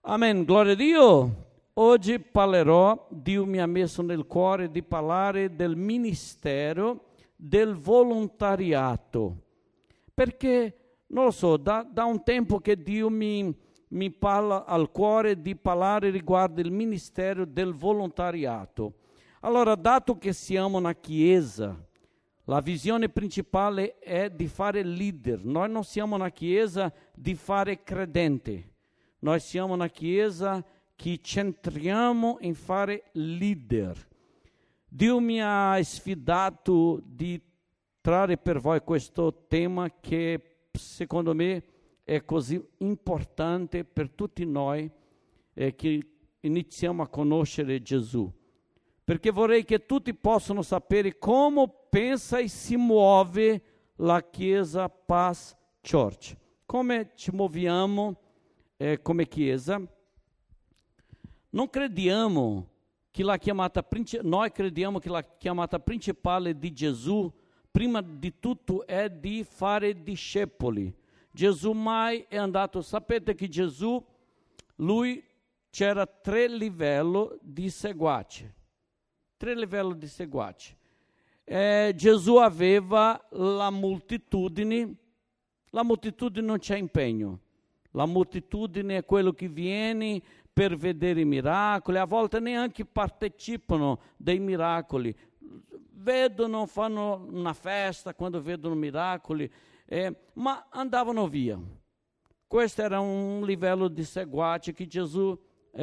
Amen, gloria a Dio. Oggi parlerò, Dio mi ha messo nel cuore di parlare del ministero del volontariato, perché, non lo so, da un tempo che Dio mi parla al cuore di parlare riguardo il ministero del volontariato. Allora, dato che siamo una chiesa, la visione principale è di fare leader. Noi non siamo una chiesa di fare credente. Noi siamo una chiesa che centriamo in fare leader. Dio mi ha sfidato di trarre per voi questo tema che secondo me è così importante per tutti noi che iniziamo a conoscere Gesù. Perché vorrei che tutti possano sapere come pensa e si muove la Chiesa Paz Church. Come ci muoviamo come Chiesa. Non crediamo che noi crediamo che la chiamata principale di Gesù, prima di tutto, è di fare discepoli. Gesù mai è andato, sapete che Gesù, lui c'era 3 livelli di seguaci. 3 livelli di seguaci. Gesù aveva la moltitudine non c'è impegno. La moltitudine è quello che viene per vedere i miracoli, a volte neanche partecipano dei miracoli, vedono, fanno una festa quando vedono miracoli, ma andavano via. Questo era un livello di seguaci che Gesù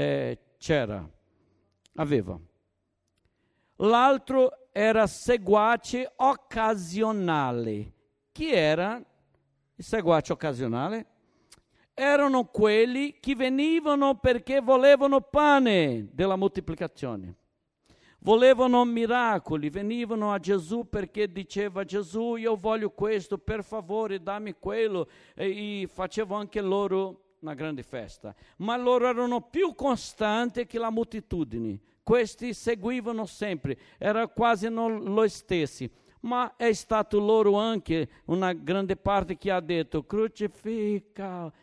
aveva. L'altro era seguace occasionale. Chi era il seguace occasionale? Erano quelli che venivano perché volevano pane della moltiplicazione, volevano miracoli, venivano a Gesù perché diceva Gesù io voglio questo, per favore dammi quello, e facevano anche loro una grande festa, ma loro erano più costanti che la moltitudine, questi seguivano sempre, era quasi lo stesso, ma è stato loro anche una grande parte che ha detto crucifica,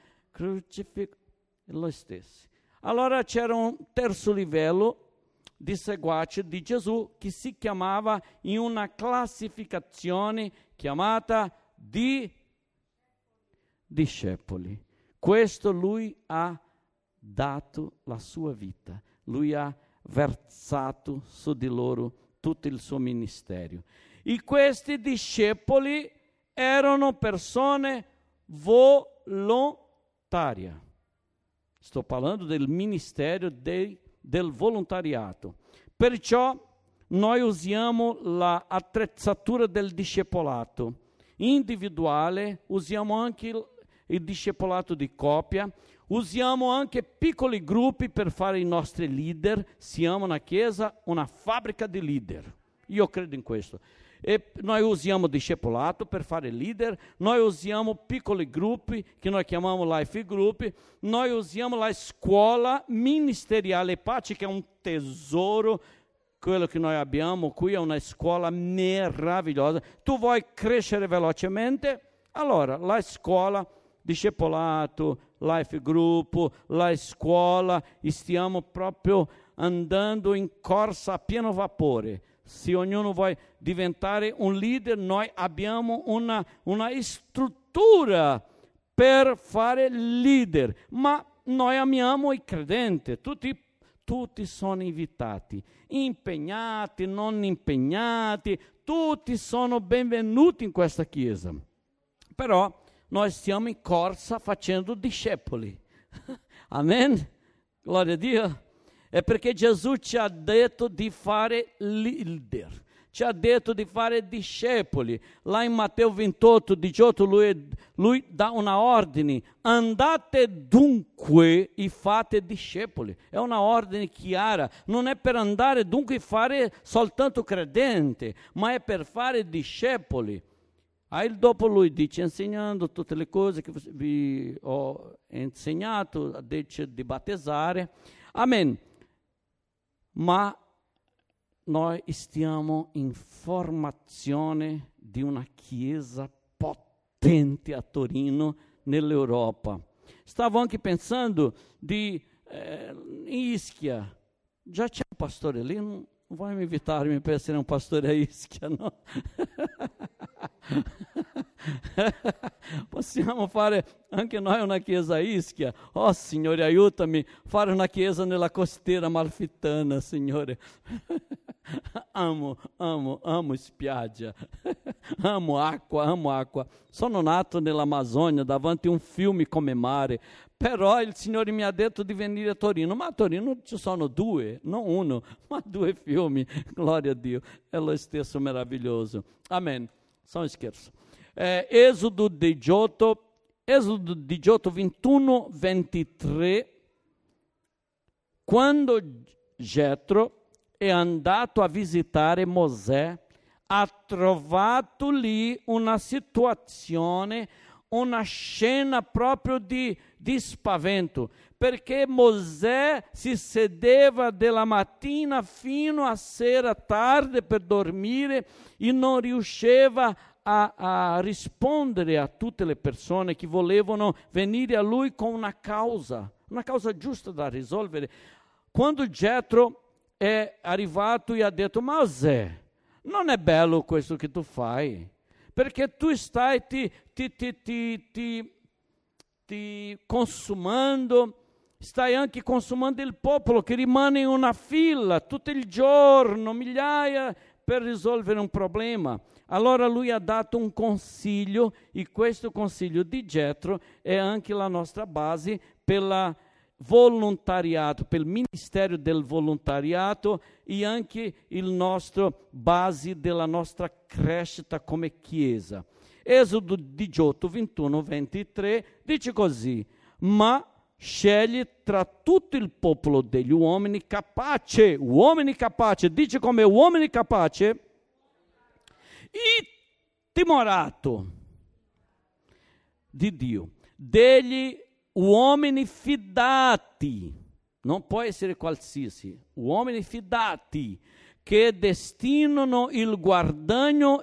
lo stesso. Allora c'era un terzo livello di seguaci di Gesù che si chiamava in una classificazione chiamata di discepoli. Questo lui ha dato la sua vita, lui ha versato su di loro tutto il suo ministero. E questi discepoli erano persone volontarie. Sto parlando del ministero del volontariato. Perciò noi usiamo l'attrezzatura del discepolato individuale, usiamo anche il discepolato di coppia, usiamo anche piccoli gruppi per fare i nostri leader. Siamo una chiesa, una fabbrica di leader. Io credo in questo. E noi usiamo discepolato per fare leader, noi usiamo piccoli gruppi che noi chiamiamo life group, noi usiamo la scuola ministeriale Pace che è un tesoro, quello che noi abbiamo qui è una scuola meravigliosa. Tu vuoi crescere velocemente? Allora la scuola, discepolato, life group, la scuola, stiamo proprio andando in corsa a pieno vapore. Se ognuno vuole diventare un leader, noi abbiamo una struttura per fare leader, ma noi amiamo i credenti, tutti sono invitati, impegnati, non impegnati, tutti sono benvenuti in questa chiesa. Però noi stiamo in corsa facendo discepoli. Amen? Gloria a Dio. È perché Gesù ci ha detto di fare leader, ci ha detto di fare discepoli. Là in Matteo 28, 18 lui dà una ordine: andate dunque e fate discepoli. È una ordine chiara, non è per andare dunque e fare soltanto credente, ma è per fare discepoli. Dopo lui dice, insegnando tutte le cose che vi ho insegnato, dice di battezzare. Amen. Ma noi stiamo in formazione di una chiesa potente a Torino, nell'Europa. Stavo anche pensando di in Ischia. Già c'è un pastore lì, non vuoi invitarmi per essere un pastore a Ischia, no? Possiamo fare anche noi una chiesa a Ischia. Oh Signore, aiutami a fare una chiesa nella costiera amalfitana, Signore. Amo spiaggia, amo acqua. Sono nato nell'Amazzonia, davanti a un fiume come mare, però il Signore mi ha detto di venire a Torino, ma a Torino ci sono due, non uno, ma due fiumi, gloria a Dio, è lo stesso meraviglioso. Amen. Só um scherzo. Êxodo 18, 21, 23. Quando Jetro è andato a visitare Mosè, ha trovato lì una situazione, una scena proprio di spavento, perché Mosè si sedeva dalla mattina fino a sera tardi per dormire e non riusciva a rispondere a tutte le persone che volevano venire a lui con una causa giusta da risolvere. Quando Jetro è arrivato e ha detto: Mosè, non è bello questo che tu fai, perché tu stai ti consumando, stai anche consumando il popolo che rimane in una fila tutto il giorno, migliaia, per risolvere un problema. Allora lui ha dato un consiglio, e questo consiglio di Jetro è anche la nostra base per la volontariato, per il ministero del volontariato e anche il nostro base della nostra crescita come Chiesa. Esodo 18, 21, 23 dice così: ma scegli tra tutto il popolo degli uomini capaci, dice come uomini capaci e timorato di Dio, degli uomini fidati, non può essere qualsiasi, uomini fidati, che destinano il guadagno,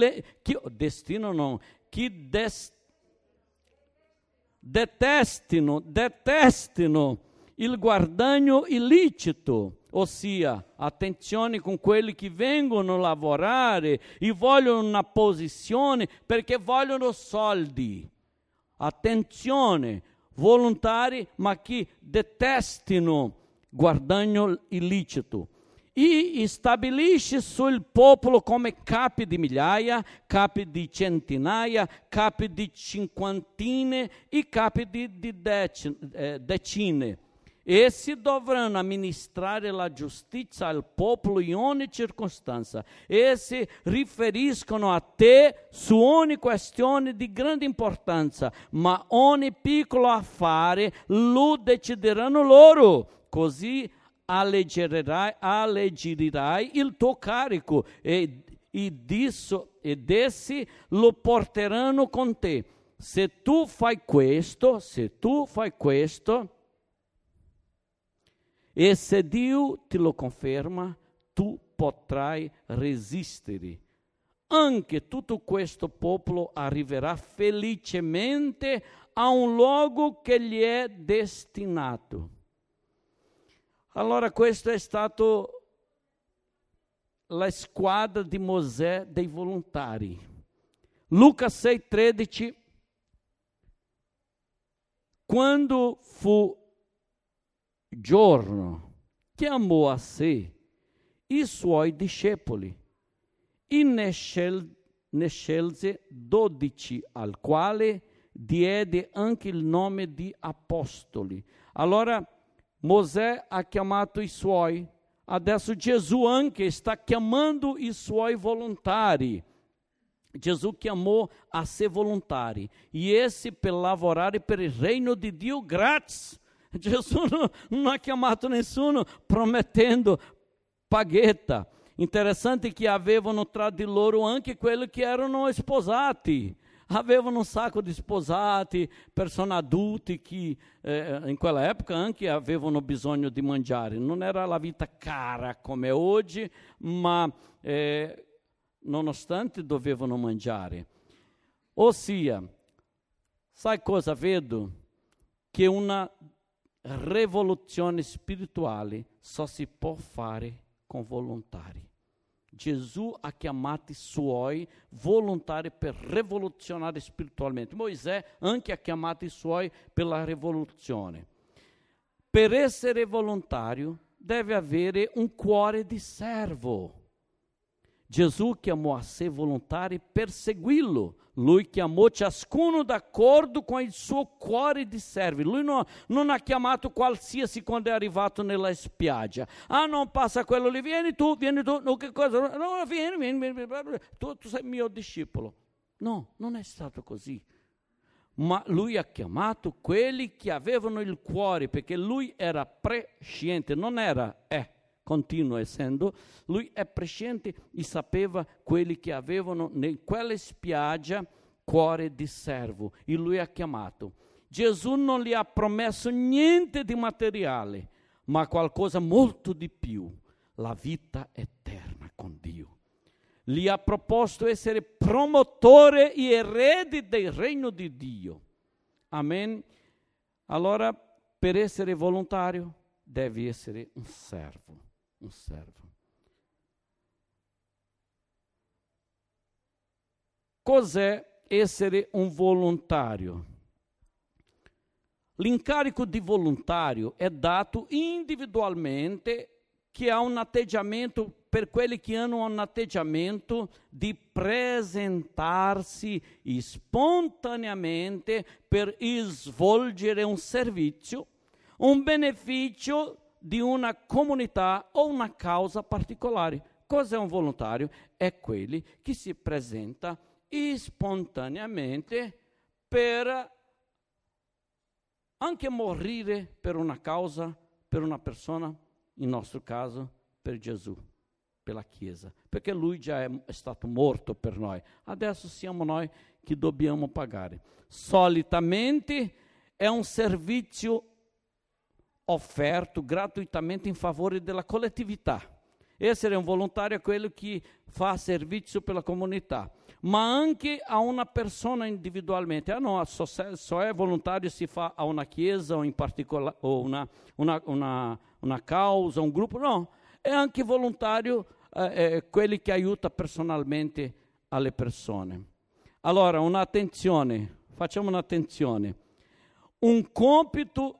detestino il guadagno illecito, ossia, attenzione con quelli che vengono a lavorare e vogliono una posizione perché vogliono soldi. Attenzione, volontari, ma che detestino guadagno illecito. E stabilisce sul popolo come capi di migliaia, capi di centinaia, capi di cinquantine e capi di decine. Essi dovranno amministrare la giustizia al popolo in ogni circostanza. Essi riferiscono a te su ogni questione di grande importanza, ma ogni piccolo affare lo decideranno loro. Così alleggerirai il tuo carico e essi lo porteranno con te. Se tu fai questo, e se Dio te lo conferma, tu potrai resistere. Anche tutto questo popolo arriverà felicemente a un luogo che gli è destinato. Allora questo è stato la squadra di Mosè dei volontari. Luca 6,13. Quando fu giorno, chiamò a sé i suoi discepoli e ne scelse 12, al quale diede anche il nome di apostoli. Allora Mosè ha chiamato i suoi, adesso Gesù anche sta chiamando i suoi volontari. Gesù chiamò a sé volontari e essi per lavorare per il regno di Dio gratis. Gesù non ha chiamato nessuno promettendo paghetta. Interessante che avevano tra di loro anche quelli che erano sposati. Avevano un sacco di sposati, persone adulte che in quella epoca anche avevano bisogno di mangiare. Non era la vita cara come oggi, ma nonostante dovevano mangiare. Ossia, sai cosa vedo? Che una rivoluzione spirituale solo si può fare con volontari. Gesù ha chiamato i suoi volontari per rivoluzionare spiritualmente. Mosè anche ha chiamato i suoi per la rivoluzione. Per essere volontario deve avere un cuore di servo. Gesù chiamò a sé volontari per seguirlo. Lui chiamò ciascuno d'accordo con il suo cuore di servi. Lui non ha chiamato qualsiasi quando è arrivato nella spiaggia. Non passa quello lì, vieni tu, no, che cosa? No, vieni, tu sei mio discepolo. No, non è stato così. Ma lui ha chiamato quelli che avevano il cuore, perché lui era presciente, non era, continua essendo, lui è presciente e sapeva quelli che avevano in quella spiaggia cuore di servo, e lui ha chiamato. Gesù non gli ha promesso niente di materiale, ma qualcosa molto di più, la vita eterna con Dio. Gli ha proposto essere promotore e erede del regno di Dio. Amen. Allora, per essere volontario, devi essere un servo. Un servo. Cos'è essere un volontario? L'incarico di volontario è dato individualmente, che ha un atteggiamento, per quelli che hanno un atteggiamento di presentarsi spontaneamente per svolgere un servizio, un beneficio di una comunità o una causa particolare. Cos'è un volontario? È quelli che si presenta spontaneamente per anche morire per una causa, per una persona, in nostro caso per Gesù, per la Chiesa, perché Lui già è stato morto per noi. Adesso siamo noi che dobbiamo pagare. Solitamente è un servizio offerto gratuitamente in favore della collettività. Essere un volontario è quello che fa servizio per la comunità, ma anche a una persona individualmente. No, se è volontario si fa a una chiesa o in particolare o una causa, un gruppo. No, è anche volontario quelli che aiuta personalmente alle persone. Allora, facciamo un'attenzione. Un compito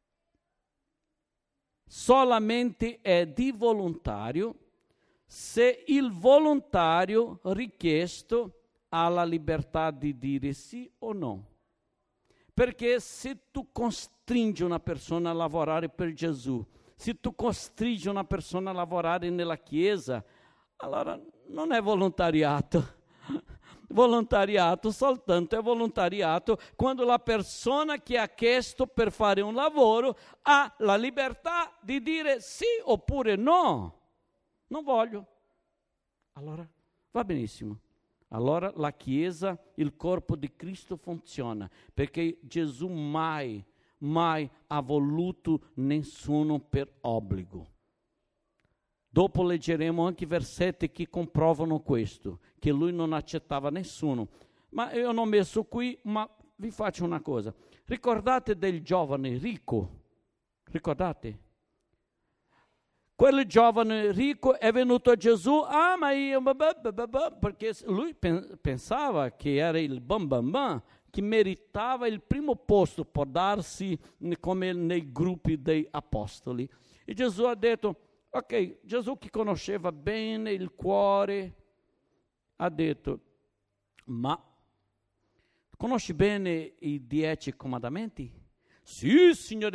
solamente è di volontario se il volontario richiesto ha la libertà di dire sì o no. Perché se tu costringi una persona a lavorare per Gesù, se tu costringi una persona a lavorare nella Chiesa, allora non è volontariato. Volontariato soltanto è volontariato quando la persona che ha chiesto per fare un lavoro ha la libertà di dire sì oppure no. Non voglio. Allora va benissimo. Allora la Chiesa, il corpo di Cristo funziona, perché Gesù mai ha voluto nessuno per obbligo. Dopo leggeremo anche versetti che comprovano questo, che lui non accettava nessuno. Ma io non ho messo qui, ma vi faccio una cosa. Ricordate del giovane ricco? Ricordate? Quel giovane ricco è venuto a Gesù, ma io, perché lui pensava che era il bam, che meritava il primo posto per darsi come nei gruppi dei apostoli. E Gesù ha detto, ok, Gesù che conosceva bene il cuore, ha detto, ma conosci bene i 10 comandamenti? Sì, Signore,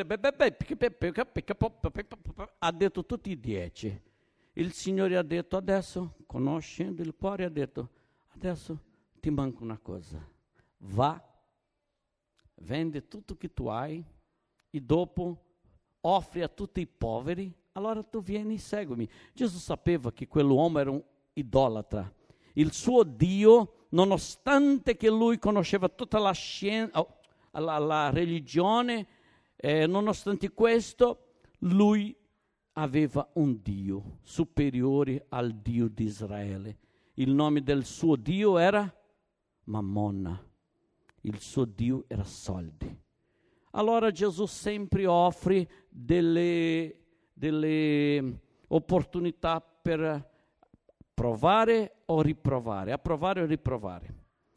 ha detto tutti i 10. Il Signore ha detto, adesso, conoscendo il cuore, ha detto, adesso ti manca una cosa. Va, vende tutto che tu hai e dopo offri a tutti i poveri, allora tu vieni e seguimi. Gesù sapeva che quell'uomo era un idolatra. Il suo Dio, nonostante che lui conosceva tutta la scienza, la religione, nonostante questo, lui aveva un Dio superiore al Dio di Israele. Il nome del suo Dio era Mammona. Il suo Dio era soldi. Allora Gesù sempre offre delle opportunità per provare o riprovare, approvare o riprovare.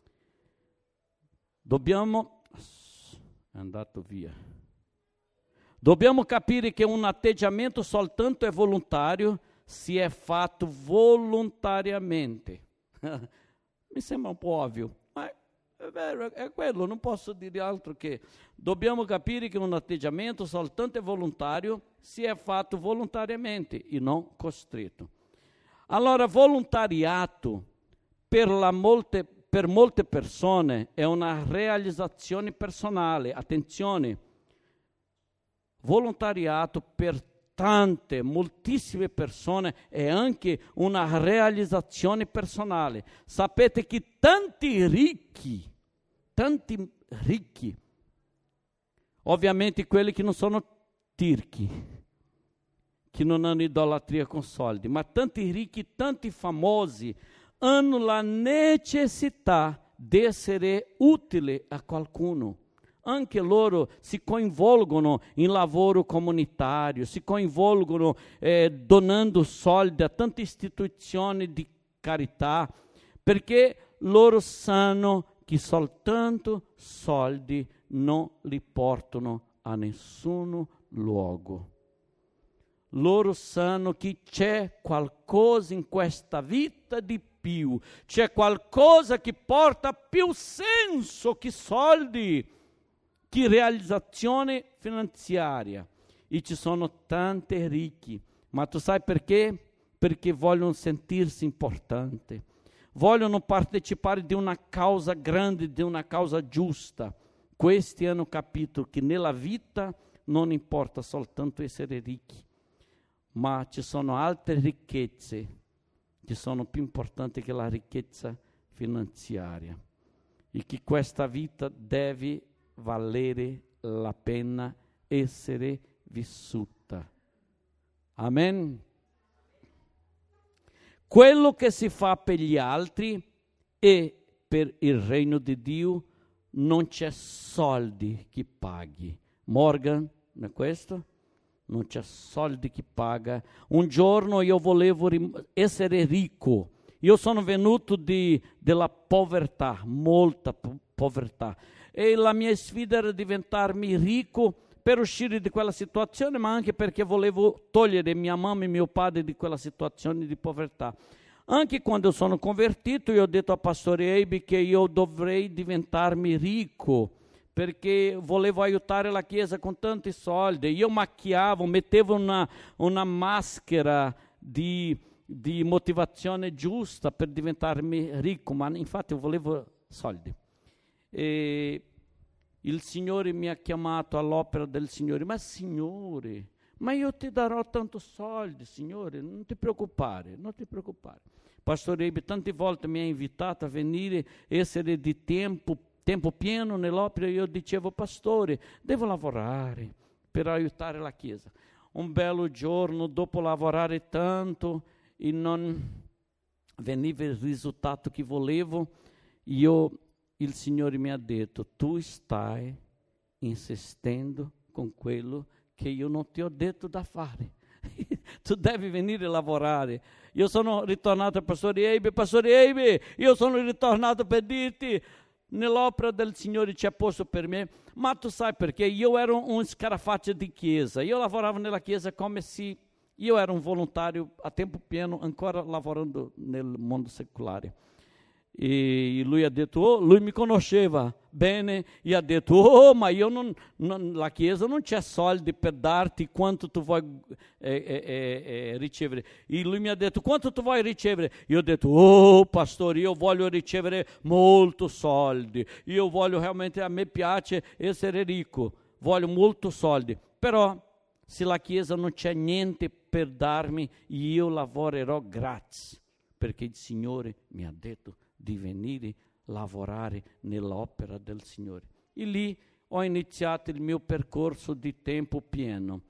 È andato via. Dobbiamo capire che un atteggiamento soltanto è volontario se è fatto volontariamente. Mi sembra un po' ovvio, ma è vero, è quello, non posso dire altro che dobbiamo capire che un atteggiamento soltanto è volontario se è fatto volontariamente e non costretto. Allora, volontariato per molte persone è una realizzazione personale. Attenzione, volontariato per moltissime persone è anche una realizzazione personale. Sapete che tanti ricchi, ovviamente quelli che non sono tirchi, che non hanno idolatria con soldi, ma tanti ricchi, tanti famosi hanno la necessità di essere utili a qualcuno. Anche loro si coinvolgono in lavoro comunitario, si coinvolgono donando soldi a tante istituzioni di carità, perché loro sanno che soltanto soldi non li portano a nessun luogo. Loro sanno che c'è qualcosa in questa vita di più, c'è qualcosa che porta più senso che soldi, che realizzazione finanziaria. E ci sono tanti ricchi, ma tu sai perché? Perché vogliono sentirsi importanti, vogliono partecipare di una causa grande, di una causa giusta. Questi hanno capito che nella vita non importa soltanto essere ricchi, ma ci sono altre ricchezze che sono più importanti che la ricchezza finanziaria e che questa vita deve valere la pena essere vissuta. Amen. Quello che si fa per gli altri e per il regno di Dio non c'è soldi che paghi. Morgan, non è questo? Non c'è soldi che paga. Un giorno io volevo essere ricco. Io sono venuto della povertà, molta povertà. E la mia sfida era diventarmi ricco per uscire di quella situazione, ma anche perché volevo togliere mia mamma e mio padre di quella situazione di povertà. Anche quando sono convertito, io ho detto a Pastore Eibe che io dovrei diventarmi ricco, perché volevo aiutare la Chiesa con tanti soldi. Io macchiavo, mettevo una maschera di motivazione giusta per diventarmi ricco, ma infatti volevo soldi. E il Signore mi ha chiamato all'opera del Signore. Ma Signore, ma io ti darò tanto soldi, Signore, non ti preoccupare, non ti preoccupare. Pastore Eibe tante volte mi ha invitato a venire, essere di tempo pieno nell'opera. Io dicevo, pastore, devo lavorare per aiutare la Chiesa. Un bello giorno, dopo lavorare tanto e non veniva il risultato che volevo, il Signore mi ha detto, tu stai insistendo con quello che io non ti ho detto da fare. Tu devi venire a lavorare. Io sono ritornato al Pastore Eibe, io sono ritornato per dirti, nell'opera del Signore c'è posto per me. Ma tu sai perché? Io ero un scarafaccio di chiesa, io lavoravo nella chiesa come se io ero un volontario a tempo pieno, ancora lavorando nel mondo secolare. E lui ha detto, lui mi conosceva bene e ha detto, ma io la Chiesa non c'è soldi per darti quanto tu vuoi ricevere. E lui mi ha detto, quanto tu vuoi ricevere? Io ho detto, pastore, io voglio ricevere molto soldi, io voglio realmente, a me piace essere ricco, voglio molto soldi, però se la Chiesa non c'è niente per darmi, io lavorerò gratis, perché il Signore mi ha detto di venire a lavorare nell'opera del Signore. E lì ho iniziato il mio percorso di tempo pieno.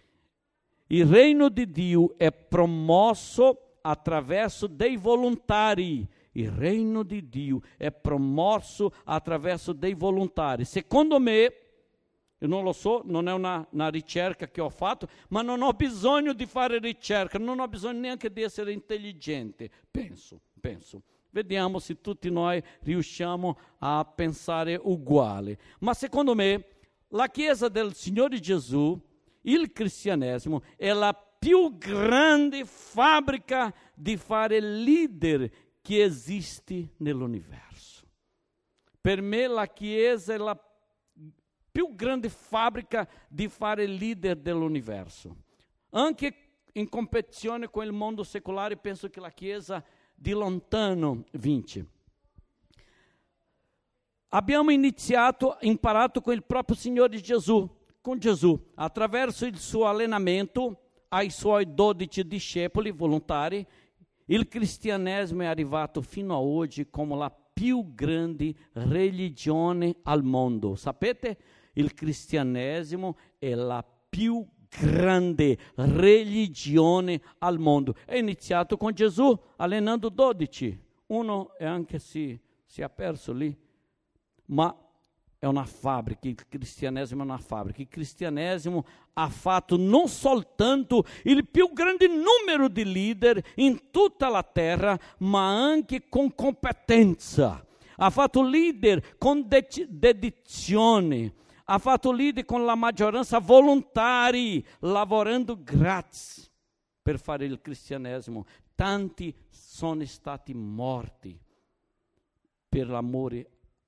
Il regno di Dio è promosso attraverso dei volontari. Il regno di Dio è promosso attraverso dei volontari. Secondo me, Io non lo so, non è una ricerca che ho fatto, ma non ho bisogno di fare ricerca, non ho bisogno neanche di essere intelligente. Penso. Vediamo se tutti noi riusciamo a pensare uguali. Ma secondo me la Chiesa del Signore Gesù, il cristianesimo, è la più grande fabbrica di fare leader che esiste nell'universo. Per me la Chiesa è la più grande fabbrica di fare leader dell'universo. Anche in competizione con il mondo secolare penso che la Chiesa di lontano vince. Abbiamo imparato con il proprio Signore Gesù, con Gesù, attraverso il suo allenamento ai suoi 12 discepoli volontari. Il cristianesimo è arrivato fino a oggi come la più grande religione al mondo. Sapete? Il cristianesimo è la più grande religione al mondo. È iniziato con Gesù allenando 12. Uno è anche si è perso lì. Ma è una fabbrica, il cristianesimo è una fabbrica. Il cristianesimo ha fatto non soltanto il più grande numero di leader in tutta la terra, ma anche con competenza. Ha fatto leader con dedizione. Ha fatto leader con la maggioranza volontari, lavorando gratis per fare il cristianesimo. Tanti sono stati morti per l'amore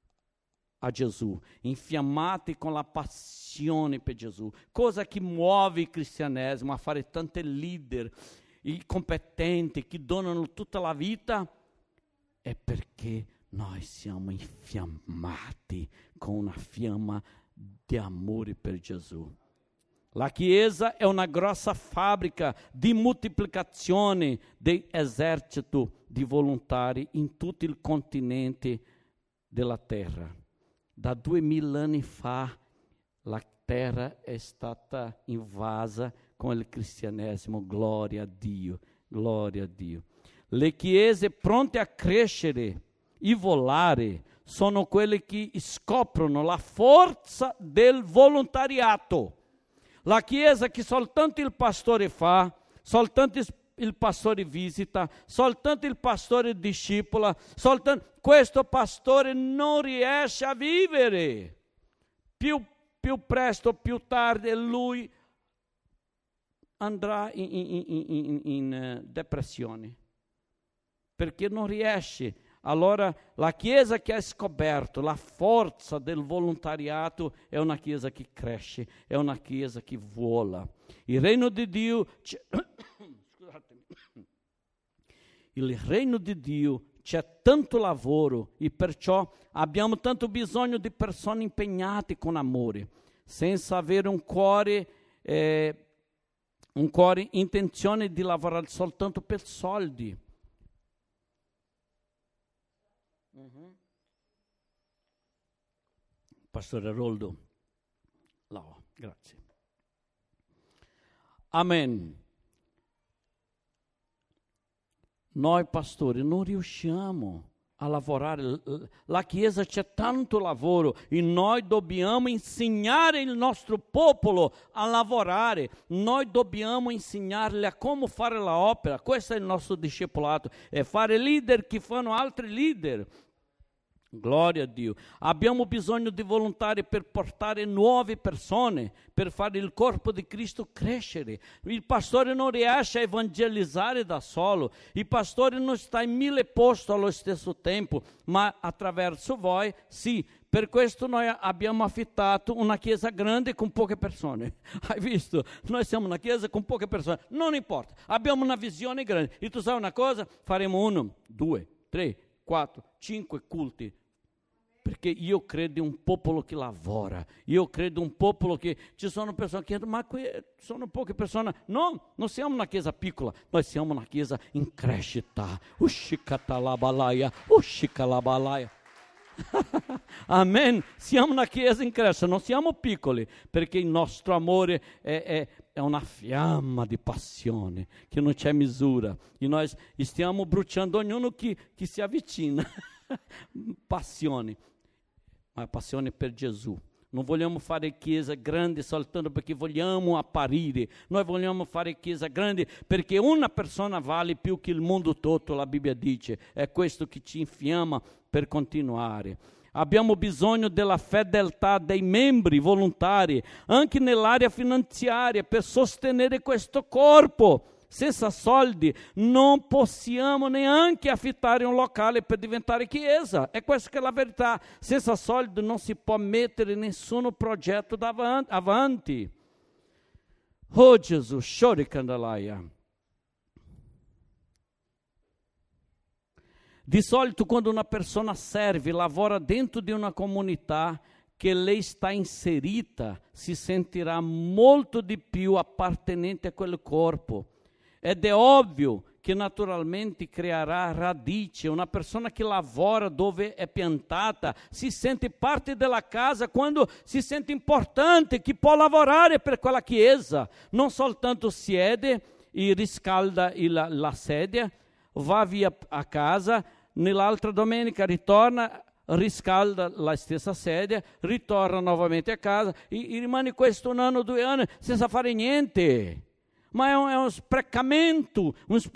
a Gesù, infiammati con la passione per Gesù. Cosa che muove il cristianesimo a fare tanti leader competenti che donano tutta la vita? È perché noi siamo infiammati con una fiamma di amore per Gesù. La Chiesa è una grossa fabbrica di moltiplicazione dell'esercito di volontari in tutto il continente della terra. Da 2000 anni fa la terra è stata invasa con il cristianesimo, gloria a Dio, gloria a Dio. Le chiese pronte a crescere e volare sono quelle che scoprono la forza del volontariato. La chiesa che soltanto il pastore fa, soltanto il pastore visita, soltanto il pastore discipola, soltanto questo pastore non riesce a vivere. Più presto, più tardi, lui andrà in depressione, perché non riesce. Allora la Chiesa che ha scoperto la forza del volontariato è una Chiesa che cresce, è una Chiesa che vola. Il regno di Dio, il regno di Dio c'è tanto lavoro e perciò abbiamo tanto bisogno di persone impegnate con amore, senza avere un cuore, intenzione di lavorare soltanto per soldi. Pastore Roldo, grazie. Amen. Noi pastori non riusciamo a lavorare, la Chiesa c'è tanto lavoro e noi dobbiamo insegnare il nostro popolo a lavorare, noi dobbiamo insegnarli a come fare l'opera. Questo è il nostro discepolato, è fare leader che fanno altri leader. Gloria a Dio. Abbiamo bisogno di volontari per portare nuove persone, per fare il corpo di Cristo crescere. Il pastore non riesce a evangelizzare da solo, il pastore non sta in 1000 posti allo stesso tempo, ma attraverso voi sì. Per questo noi abbiamo affittato una chiesa grande con poche persone. Hai visto? Noi siamo una chiesa con poche persone, non importa, abbiamo una visione grande. E tu sai una cosa? Faremo 1, 2, 3, 4, 5 culti. Perché io credo in un popolo che lavora, io credo in un popolo che ci sono persone che dicono, ma qui sono poche persone. No, non siamo una chiesa piccola, noi siamo una chiesa in crescita. Ushikatalabalaia. Amen. Siamo una chiesa in crescita, non siamo piccoli, perché il nostro amore è una fiamma di passione che non c'è misura. E noi stiamo bruciando ognuno che si avvicina. Passione. Ma passione per Gesù, Non vogliamo fare chiesa grande soltanto perché vogliamo apparire. Noi vogliamo fare chiesa grande perché una persona vale più che il mondo tutto, la Bibbia dice. È questo che ci infiamma per continuare. Abbiamo bisogno della fedeltà dei membri volontari, anche nell'area finanziaria, per sostenere questo corpo. Senza soldi non possiamo neanche affittare un locale per diventare chiesa. E questa che è la verità. Senza soldi non si può mettere nessun progetto avanti. Oh Gesù, Shori Candelaia. Di solito quando una persona serve, lavora dentro di una comunità che lei sta inserita, si sentirà molto di più appartenente a quel corpo. Ed è ovvio che naturalmente creerà radice. Una persona che lavora dove è piantata si sente parte della casa quando si sente importante, che può lavorare per quella chiesa. Non soltanto siede e riscalda la sedia, va via a casa, nell'altra domenica ritorna, riscalda la stessa sedia, ritorna nuovamente a casa e rimane questo 1 anno, 2 anni senza fare niente. Ma è un sprecamento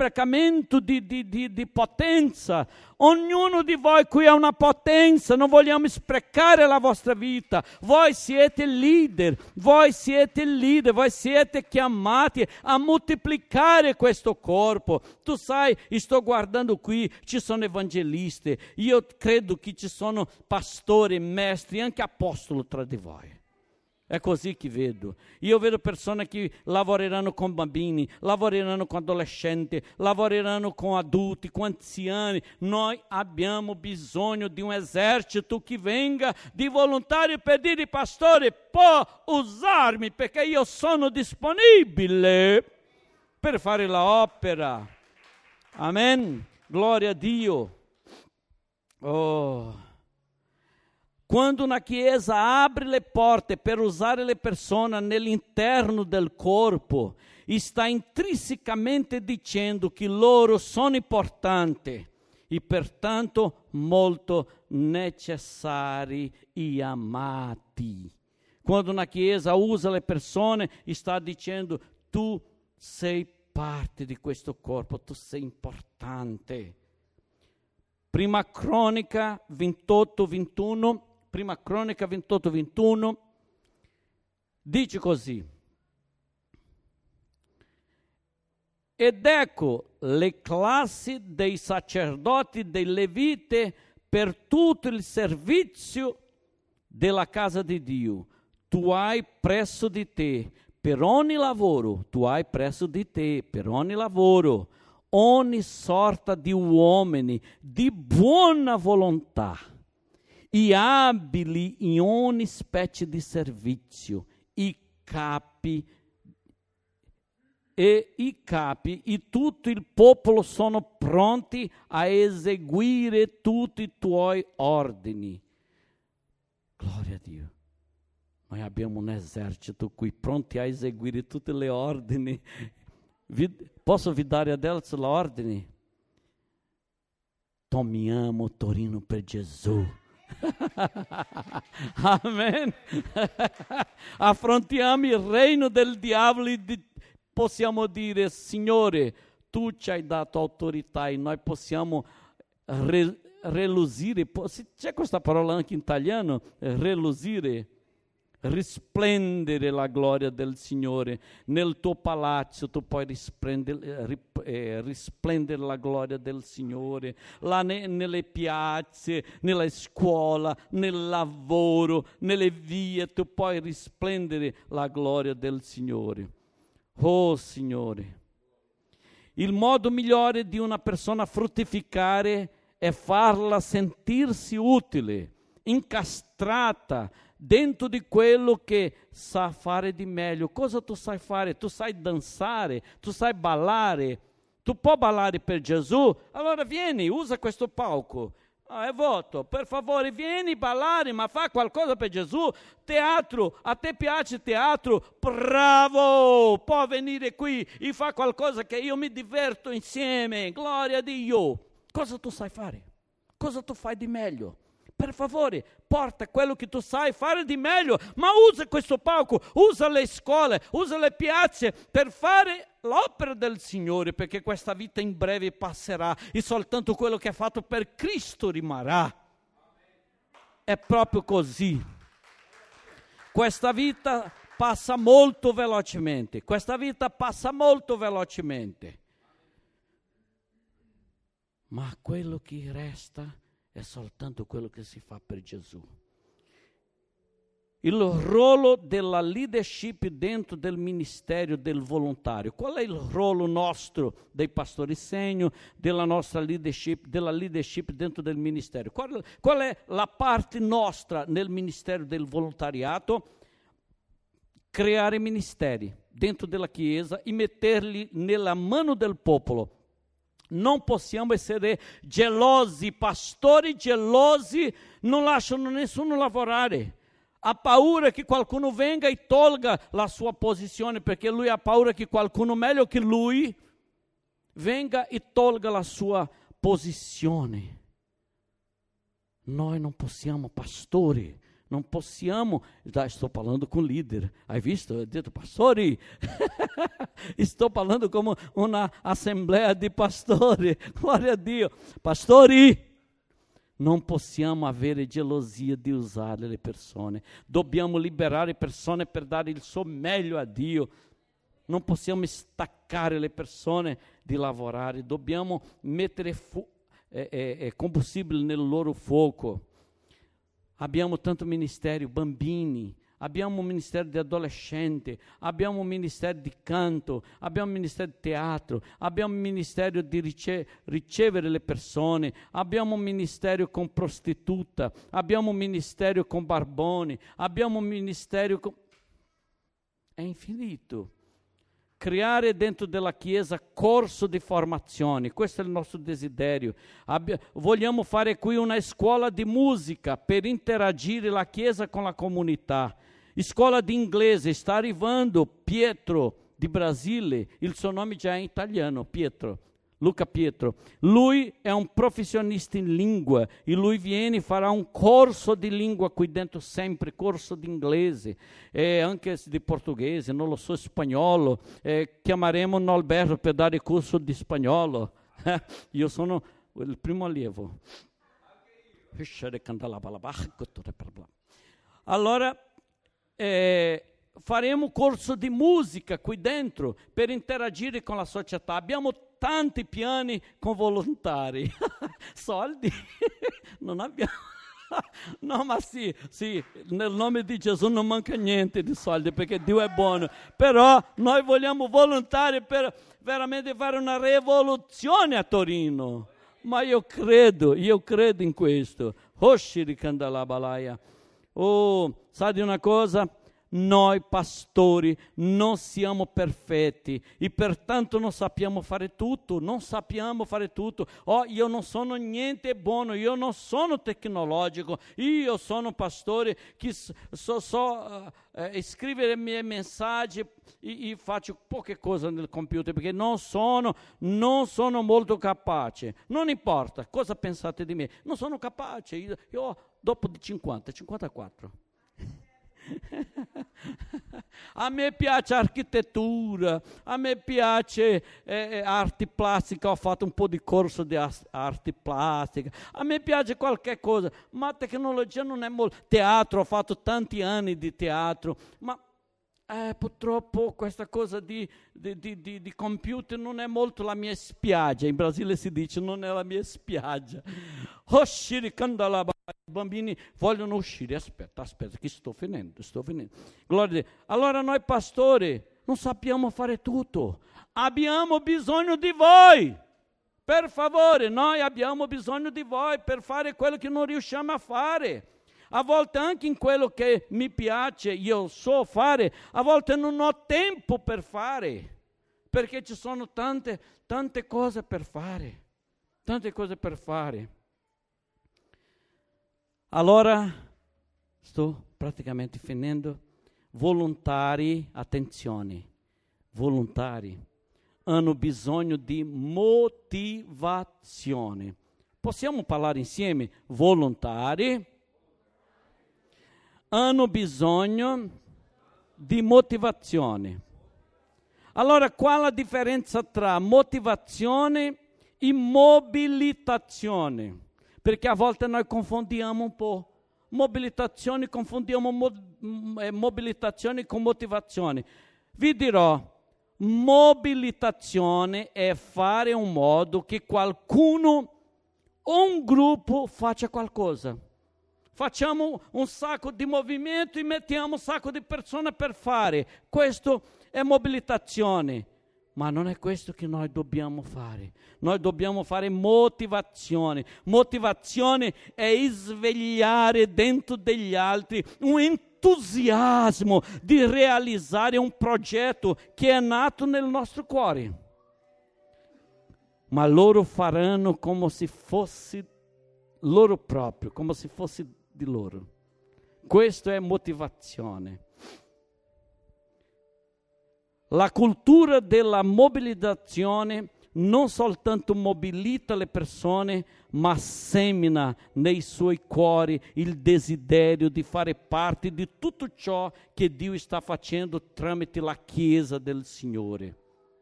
di potenza. Ognuno di voi qui ha una potenza, non vogliamo sprecare la vostra vita. Voi siete leader, voi siete chiamati a moltiplicare questo corpo. Tu sai, sto guardando qui, ci sono evangelisti, io credo che ci sono pastori, maestri, anche apostoli tra di voi. È così che vedo. Io vedo persone che lavoreranno con bambini, lavoreranno con adolescenti, lavoreranno con adulti, con anziani. Noi abbiamo bisogno di un esercito che venga di volontari per dire: pastore, può usarmi perché io sono disponibile per fare l'opera. Amen. Gloria a Dio. Oh. Quando una chiesa apre le porte per usare le persone nell'interno del corpo, sta intrinsecamente dicendo che loro sono importanti e pertanto molto necessari e amati. Quando una chiesa usa le persone, sta dicendo: tu sei parte di questo corpo, tu sei importante. Prima Cronica 28-21. Prima Cronica 28-21 dice così: ed ecco le classi dei sacerdoti, dei levite per tutto il servizio della casa di Dio. Tu hai presso di te per ogni lavoro, ogni sorta di uomini di buona volontà e abili in ogni specie di servizio, i capi e tutto il popolo sono pronti a eseguire tutti i tuoi ordini. Gloria a Dio. Noi abbiamo un esercito qui pronti a eseguire tutte le ordini. Posso vi dare adesso l'ordine? Tomiamo Torino per Gesù. Amen. Affrontiamo il regno del diavolo e possiamo dire: Signore, tu ci hai dato autorità e noi possiamo relucire. C'è questa parola anche in italiano? Relucire. Risplendere la gloria del Signore. Nel tuo palazzo tu puoi risplendere la gloria del Signore. Là nelle piazze, nella scuola, nel lavoro, nelle vie tu puoi risplendere la gloria del Signore. Oh Signore, il modo migliore di una persona fruttificare è farla sentirsi utile, incastrata dentro di quello che sa fare di meglio. Cosa tu sai fare? Tu sai danzare, tu sai ballare, tu puoi ballare per Gesù? Allora vieni, usa questo palco. È vuoto, per favore vieni a ballare, ma fa qualcosa per Gesù. Teatro, a te piace teatro? Bravo, può venire qui e fa qualcosa che io mi diverto insieme. Gloria a Dio. Cosa tu sai fare? Cosa tu fai di meglio? per favore, porta quello che tu sai fare di meglio, ma usa questo palco, usa le scuole, usa le piazze per fare l'opera del Signore, perché questa vita in breve passerà e soltanto quello che è fatto per Cristo rimarrà. È proprio così. Questa vita passa molto velocemente, ma quello che resta è soltanto quello che si fa per Gesù. Il ruolo della leadership dentro del ministero del volontario. Qual è il ruolo nostro dei pastori segno, della nostra leadership, dentro del ministero? Qual è la parte nostra nel ministero del volontariato? Creare ministeri dentro della Chiesa e metterli nella mano del popolo. Non possiamo essere gelosi, pastori gelosi non lasciano nessuno lavorare. Ha paura che qualcuno venga e tolga la sua posizione, perché lui ha paura che qualcuno meglio che lui venga e tolga la sua posizione. Noi non possiamo, pastori, non possiamo, sto parlando con leader, hai visto? Ho detto pastori, sto parlando come una assemblea di pastori, gloria a Dio, pastori, non possiamo avere gelosia di usare le persone, dobbiamo liberare persone per dare il suo meglio a Dio, non possiamo staccare le persone di lavorare, dobbiamo mettere combustibile nel loro fuoco. Abbiamo tanto ministero, bambini, abbiamo un ministero di adolescenti, abbiamo un ministero di canto, abbiamo un ministero di teatro, abbiamo un ministero di ricevere le persone, abbiamo un ministero con prostituta, abbiamo un ministero con barboni, abbiamo un ministero con... È infinito. Creare dentro della Chiesa corso di formazione, questo è il nostro desiderio. Vogliamo fare qui una scuola di musica per interagire la Chiesa con la comunità. Scuola di inglese, sta arrivando Pietro di Brasile, il suo nome già è in italiano, Luca Pietro. Lui è un professionista in lingua e lui viene e farà un corso di lingua qui dentro sempre, corso di inglese e anche di portoghese, non lo so, spagnolo. Chiameremo Norberto per dare corso di spagnolo. Io sono il primo allievo. Allora, faremo corso di musica qui dentro per interagire con la società. Abbiamo tanti piani con volontari. Soldi? Non abbiamo. No, ma sì, nel nome di Gesù non manca niente di soldi perché Dio è buono. Però noi vogliamo volontari per veramente fare una rivoluzione a Torino. Ma io credo in questo. Hoshiri Kandalabalaia. Oh, sai di una cosa? Noi pastori non siamo perfetti e pertanto non sappiamo fare tutto, Oh, io non sono niente buono, io non sono tecnologico, io sono pastore che so scrivere i miei messaggi e faccio poche cose nel computer perché non sono molto capace. Non importa cosa pensate di me, non sono capace, io dopo di 54. A me piace architettura, a me piace arte plastica, ho fatto un po' di corso di arte plastica, a me piace qualche cosa, ma tecnologia non è molto, teatro, ho fatto tanti anni di teatro, ma purtroppo questa cosa di computer non è molto la mia spiaggia, in Brasile si dice non è la mia spiaggia. I bambini vogliono uscire, aspetta che sto finendo. Gloria a Dio. Allora noi pastori non sappiamo fare tutto, abbiamo bisogno di voi, per favore, noi abbiamo bisogno di voi per fare quello che non riusciamo a fare. A volte anche in quello che mi piace, io so fare, a volte non ho tempo per fare, perché ci sono tante cose per fare, Allora, sto praticamente finendo, volontari, attenzione, volontari hanno bisogno di motivazione. Possiamo parlare insieme? Volontari hanno bisogno di motivazione. Allora, qual è la differenza tra motivazione e mobilitazione? Perché a volte noi confondiamo un po'. Confondiamo mobilitazione con motivazione. Vi dirò, mobilitazione è fare in modo che qualcuno o un gruppo faccia qualcosa. Facciamo un sacco di movimento e mettiamo un sacco di persone per fare. Questo è mobilitazione. Ma non è questo che noi dobbiamo fare. Noi dobbiamo fare motivazione. Motivazione è svegliare dentro degli altri un entusiasmo di realizzare un progetto che è nato nel nostro cuore. Ma loro faranno come se fosse loro proprio, come se fosse di loro. Questo è motivazione. La cultura della mobilitazione non soltanto mobilita le persone, ma semina nei suoi cuori il desiderio di fare parte di tutto ciò che Dio sta facendo tramite la Chiesa del Signore.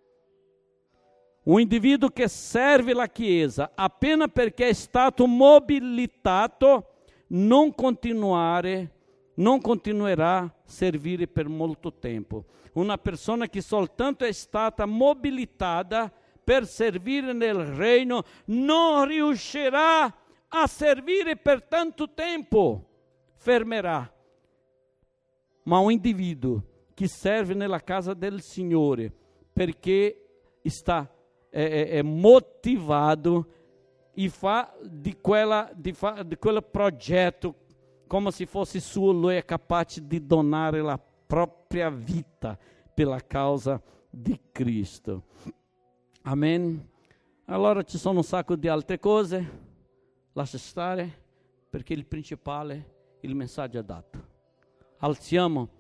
Un individuo che serve la Chiesa appena perché è stato mobilitato non continuerà a servire per molto tempo. Una persona che soltanto è stata mobilitata per servire nel regno non riuscirà a servire per tanto tempo, fermerà. Ma un individuo che serve nella casa del Signore perché è motivato e fa di quel progetto come se fosse suo, lui è capace di donare la propria vita per la causa di Cristo. Amen. Allora ci sono un sacco di altre cose, lascia stare, perché il principale, il messaggio è dato. Alziamo